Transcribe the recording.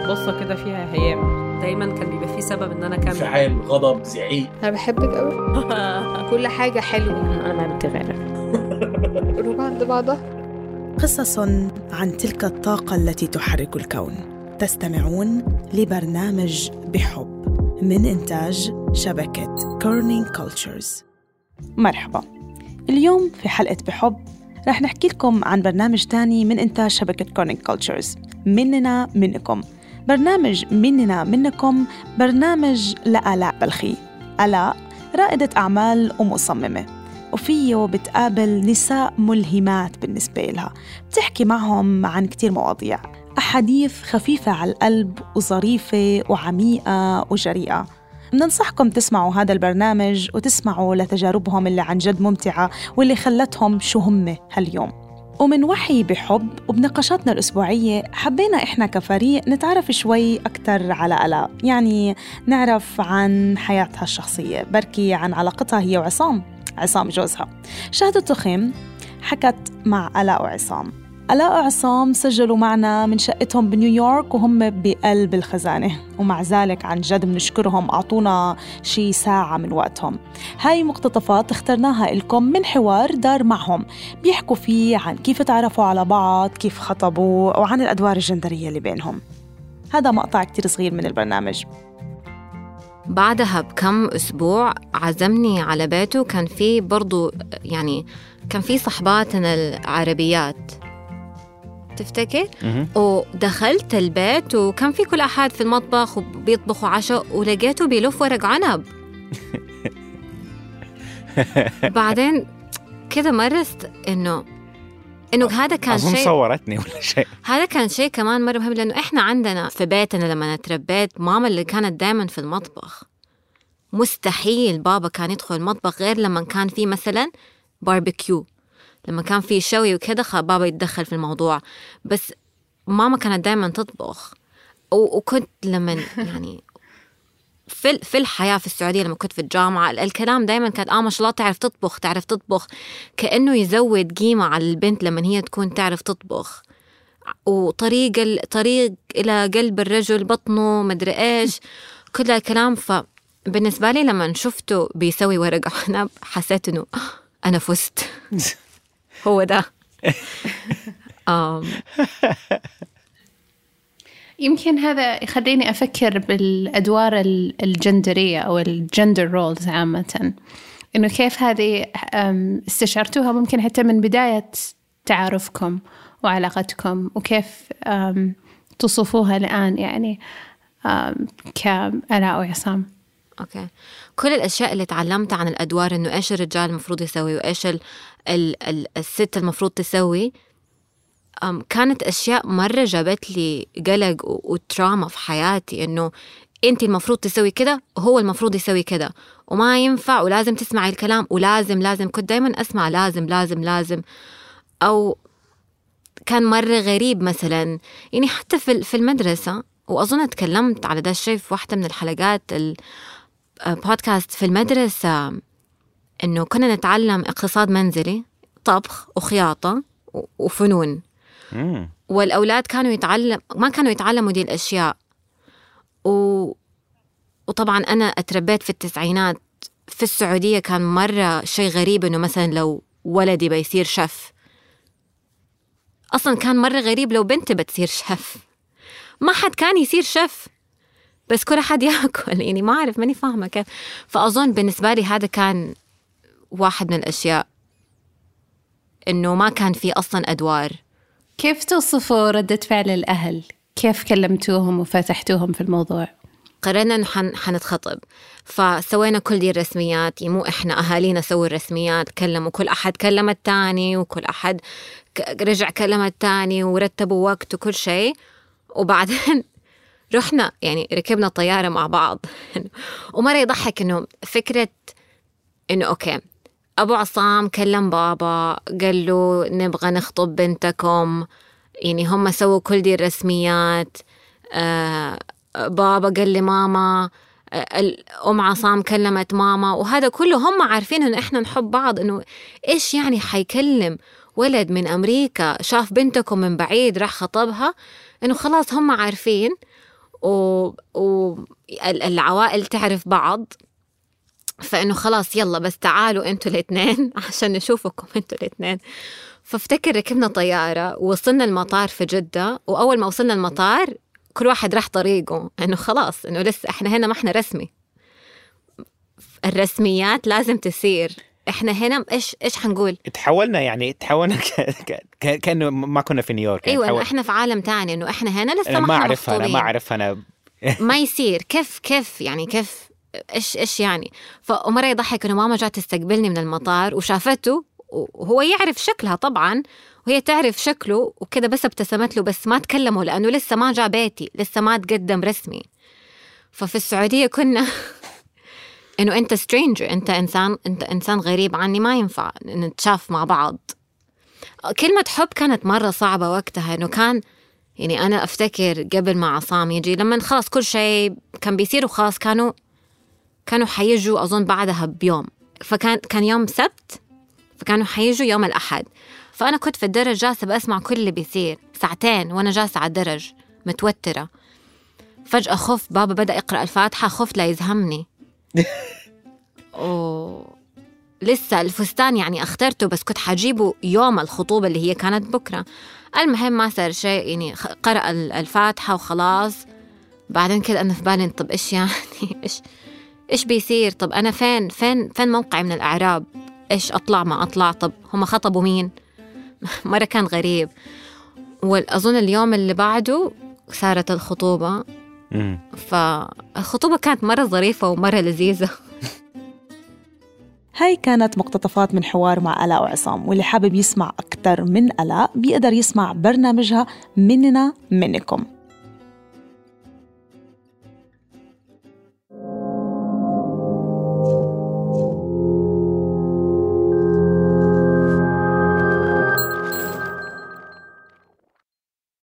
بصة كده فيها هيام. دايما كان بيبقى فيه سبب ان انا كمل. انفعال، غضب، زعيق. انا بحبك قوي. كل حاجه حلوه. انا ما بتغير. قلوب عند بعضها. قصص عن تلك الطاقة التي تحرك الكون. تستمعون لبرنامج بحب من إنتاج شبكة كورنينج كولتشرز. مرحبا. اليوم في حلقة بحب رح نحكي لكم عن برنامج تاني من إنتاج شبكة كورنينج كولتشرز، مننا منكم. برنامج مننا منكم برنامج لآلاء بلخي. آلاء رائدة أعمال ومصممة، وفيه بتقابل نساء ملهمات بالنسبة لها، بتحكي معهم عن كتير مواضيع، أحاديث خفيفة على القلب وظريفة وعميقة وجريئة. بننصحكم تسمعوا هذا البرنامج وتسمعوا لتجاربهم اللي عن جد ممتعة واللي خلتهم شو هم هاليوم. ومن وحي بحب وبنقاشاتنا الأسبوعية حبينا إحنا كفريق نتعرف شوي أكتر على آلاء، يعني نعرف عن حياتها الشخصية، بركي عن علاقتها هي وعصام جوزها. شهد التخيم حكت مع آلاء وعصام. آلاء وعصام سجلوا معنا من شقتهم بنيويورك وهم بقلب الخزانة، ومع ذلك عن جد بنشكرهم، أعطونا شي ساعة من وقتهم. هاي مقتطفات اخترناها لكم من حوار دار معهم، بيحكوا فيه عن كيف تعرفوا على بعض، كيف خطبوا، وعن الأدوار الجندرية اللي بينهم. هذا مقطع كتير صغير من البرنامج. بعدها بكم أسبوع عزمني على بيته، كان في برضو يعني كان في صحباتنا العربيات تفتكر؟ ودخلت البيت وكان في كل أحد في المطبخ وبيطبخوا عشاء، ولقيته بيلف ورق عنب. بعدين كده مرست إنه هذا كان شيء، صورتني ولا شيء. هذا كان شيء كمان مرة مهم، لأنه إحنا عندنا في بيتنا لما نتربيت ماما اللي كانت دائما في المطبخ. مستحيل بابا كان يدخل المطبخ غير لما كان في مثلا باربيكيو، لما كان في شوي وكده بابا يتدخل في الموضوع، بس ماما كانت دائما تطبخ. وكنت لما يعني في الحياة في السعودية لما كنت في الجامعة الكلام دائما كان ما شاء الله تعرف تطبخ، كأنه يزود قيمة على البنت لما هي تكون تعرف تطبخ. وطريق إلى قلب الرجل بطنه مدري إيش كل الكلام. فبالنسبة لي لما شفته بيسوي ورق عنب حسيت إنه أنا فزت. هو ده. يمكن هذا يخليني أفكر بالأدوار الجندرية أو الجندر رولز عامة، إنه كيف هذه استشعرتوها ممكن حتى من بداية تعارفكم وعلاقتكم، وكيف تصفوها الآن يعني كآلاء وعصام. أوكي، كل الأشياء اللي تعلمتها عن الأدوار، إنه إيش الرجال المفروض يسوي وإيش الست المفروض تسوي، كانت أشياء مرة جابت لي قلق وتراما في حياتي. إنه أنت المفروض تسوي كده وهو المفروض يسوي كده، وما ينفع، ولازم تسمعي الكلام، ولازم كنت دايما أسمع لازم. أو كان مرة غريب مثلا، يعني حتى في المدرسة، وأظن تكلمت على ده الشيء في واحدة من الحلقات البودكاست في المدرسة، إنه كنا نتعلم اقتصاد منزلي، طبخ وخياطة وفنون. والأولاد ما كانوا يتعلموا دي الأشياء. وطبعا أنا أتربيت في التسعينات في السعودية، كان مرة شيء غريب إنه مثلا لو ولدي بيصير شيف، أصلا كان مرة غريب لو بنتي بتصير شيف. ما حد كان يصير شيف، بس كل حد يأكل، يعني ما أعرف، ماني فاهمة كيف. فأظن بالنسبة لي هذا كان واحد من الأشياء، إنه ما كان في أصلاً أدوار. كيف توصفوا ردة فعل الأهل؟ كيف كلمتوهم وفتحتوهم في الموضوع؟ قررنا إنه حنتخطب، فسوينا كل دي الرسميات. يعني مو إحنا أهالينا سووا الرسميات، كلموا كل أحد، كلم التاني، وكل أحد رجع كلم التاني، ورتبوا وقت وكل شيء. وبعدين رحنا يعني ركبنا طيارة مع بعض. ومرة يضحك إنه فكرة إنه أوكي، أبو عصام كلم بابا قال له نبغى نخطب بنتكم، يعني هم سووا كل دي الرسميات. بابا قال لي ماما، أم عصام كلمت ماما، وهذا كله هم عارفين إنه إحنا نحب بعض. إنه إيش يعني حيكلم ولد من أمريكا شاف بنتكم من بعيد راح خطبها؟ إنه خلاص هم عارفين. والعوائل تعرف بعض، فإنه خلاص يلا بس تعالوا أنتوا الاثنين عشان نشوفكم أنتوا الاثنين. فافتكر ركبنا طيارة ووصلنا المطار في جدة، وأول ما وصلنا المطار كل واحد راح طريقه، إنه خلاص إنه لسه إحنا هنا ما إحنا رسمي، الرسميات لازم تسير، إحنا هنا إيش حنقول؟ تحولنا كأنه ما كنا في نيويورك. أيوة إنه إحنا في عالم تاني، إنه إحنا هنا لسه ما أعرف أنا ما يصير كيف يعني كيف إيش يعني. فأمر يضحك إنه ماما جات تستقبلني من المطار وشافته، وهو يعرف شكلها طبعا وهي تعرف شكله وكده، بس ابتسمت له بس ما تكلموا لأنه لسه ما جاء بيتي، لسه ما تقدم رسمي. ففي السعودية كنا إنه أنت سترينجر، أنت إنسان غريب عني، ما ينفع نتشاف مع بعض. كلمة حب كانت مرة صعبة وقتها، إنه كان يعني أنا أفتكر قبل ما عصام يجي، لما خلاص كل شيء كان بيصير وخلاص كانوا حيجوا أظن بعدها بيوم، كان يوم سبت، فكانوا حيجوا يوم الأحد. فأنا كنت في الدرج جالسة بأسمع كل اللي بيصير ساعتين وأنا جالسة على الدرج متوترة. فجأة خفت بابا بدأ يقرأ الفاتحة، خفت لا يزهمني. لسه الفستان يعني اخترته بس كنت حجيبه يوم الخطوبة اللي هي كانت بكرة. المهم ما صار شيء، يعني قرأ الفاتحة وخلاص. بعدين كده أنا في بالي طب إيش يعني إيش بيصير؟ طب أنا فين موقعي من الأعراب؟ إيش أطلع ما أطلع؟ طب هم خطبوا مين؟ مرة كان غريب. وأظن اليوم اللي بعده صارت الخطوبة. فالخطوبة كانت مرة ظريفة ومرة لذيذة. هاي كانت مقتطفات من حوار مع آلاء وعصام، واللي حابب يسمع أكتر من آلاء بيقدر يسمع برنامجها مننا منكم.